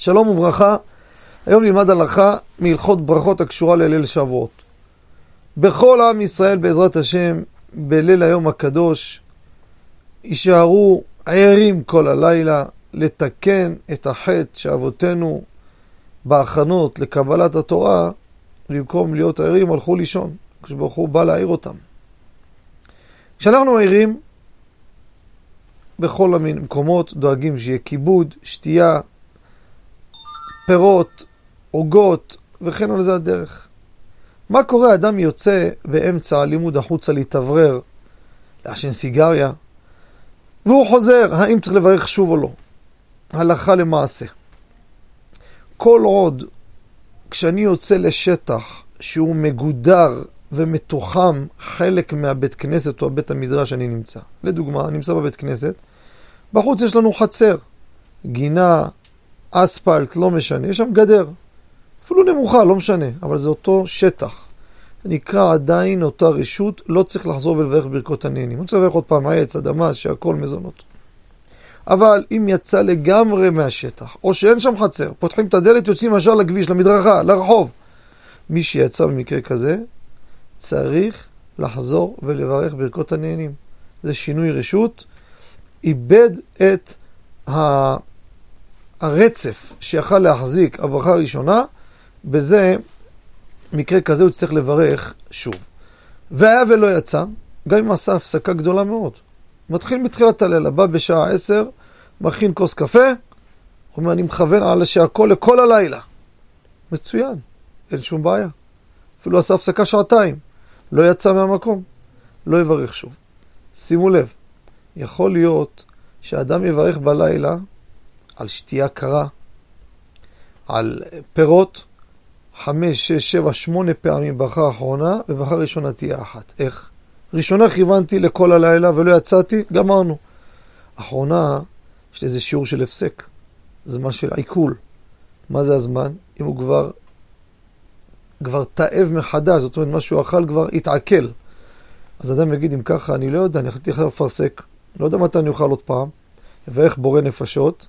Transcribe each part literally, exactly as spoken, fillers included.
שלום וברכה. היום נלמד הלכה מהלכות ברכות הקשורה לליל שבועות. בכל עם ישראל בעזרת השם בליל היום הקדוש יישארו ערים כל הלילה לתקן את החטא שאבותינו בהכנות לקבלת התורה, במקום להיות ערים הלכו לישון, כשברוך הוא בא להעיר אותם. כשאנחנו ערים בכל המקומות דואגים שיהיה כיבוד, שתייה, פירות, עוגות, וכן על זה הדרך. מה קורה? אדם יוצא באמצע הלימוד החוצה להתאוורר, לעשן סיגריה, והוא חוזר, האם צריך לברך שוב או לא? הלכה למעשה. כל עוד, כשאני יוצא לשטח שהוא מגודר ומתוחם חלק מהבית כנסת או הבית המדרש אני נמצא. לדוגמה, אני נמצא בבית כנסת, בחוץ יש לנו חצר, גינה, אספלט, לא משנה, יש שם גדר. אפילו נמוכה, לא משנה, אבל זה אותו שטח. זה נקרא עדיין אותה רשות, לא צריך לחזור ולברך ברכות הנהנים. אני צריך לברך עוד פעם עץ, אדמה, שהכל מזונות. אבל אם יצא לגמרי מהשטח, או שאין שם חצר, פותחים את הדלת, יוצאים ישר לכביש, למדרכה, לרחוב. מי שיצא במקרה כזה, צריך לחזור ולברך ברכות הנהנים. זה שינוי רשות, איבד את ה... הרצף שיכל להחזיק הברכה הראשונה, בזה, מקרה כזה הוא צריך לברך שוב. והיה ולא יצא, גם אם עשה הפסקה גדולה מאוד. מתחיל מתחילת הלילה, בא בשעה עשר, מכין כוס קפה, אומר, אני מכוון על שהכל לכל הלילה. מצוין, אין שום בעיה. אפילו עשה הפסקה שעתיים, לא יצא מהמקום, לא יברך שוב. שימו לב, יכול להיות שאדם יברך בלילה על שתייה קרה, על פירות, חמש, שש, שבע, שמונה פעמים ברכה האחרונה, וברכה ראשונה תהיה אחת. איך? ראשונה כיוונתי לכל הלילה ולא יצאתי, גמרנו. אחרונה, יש איזה שיעור של הפסק. זמן של עיכול. מה זה הזמן? אם הוא כבר, כבר תאב מחדש, זאת אומרת, מה שהוא אכל כבר התעכל. אז אדם יגיד, אם ככה, אני לא יודע, אני החלטתי לך לפרסק, לא יודע מתי אני אוכל עוד פעם, ואיך בורא נפשות,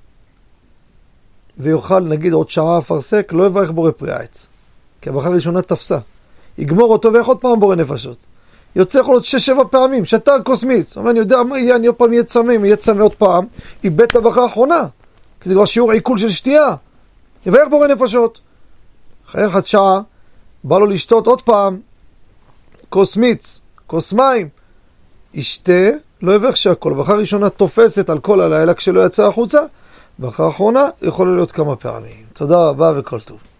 ויוכל, נגיד, עוד שעה הפרסק, לא יברך בורא פרי העץ. כי הברכה הראשונה תפסה. יגמור אותו ואיך עוד פעם בורא נפשות. יוצא יכול עוד שש, שבע פעמים, שתר כוס מיץ. אומר, אני יודע מה יהיה, אני עוד פעם יהיה צמא, יהיה צמא עוד פעם, איבד את הברכה האחרונה. כי זה כבר שיעור עיכול של שתייה. יברך בורא נפשות. אחרי חצי שעה, בא לו לשתות עוד פעם, כוס מיץ, כוס מים. ישתה, לא יברך שהכל. הברכה הראשונה תופסת על כל הלילה כשלא יצא החוצה. ברכה האחרונה יכולה להיות כמה פעמים. תודה רבה וכל טוב.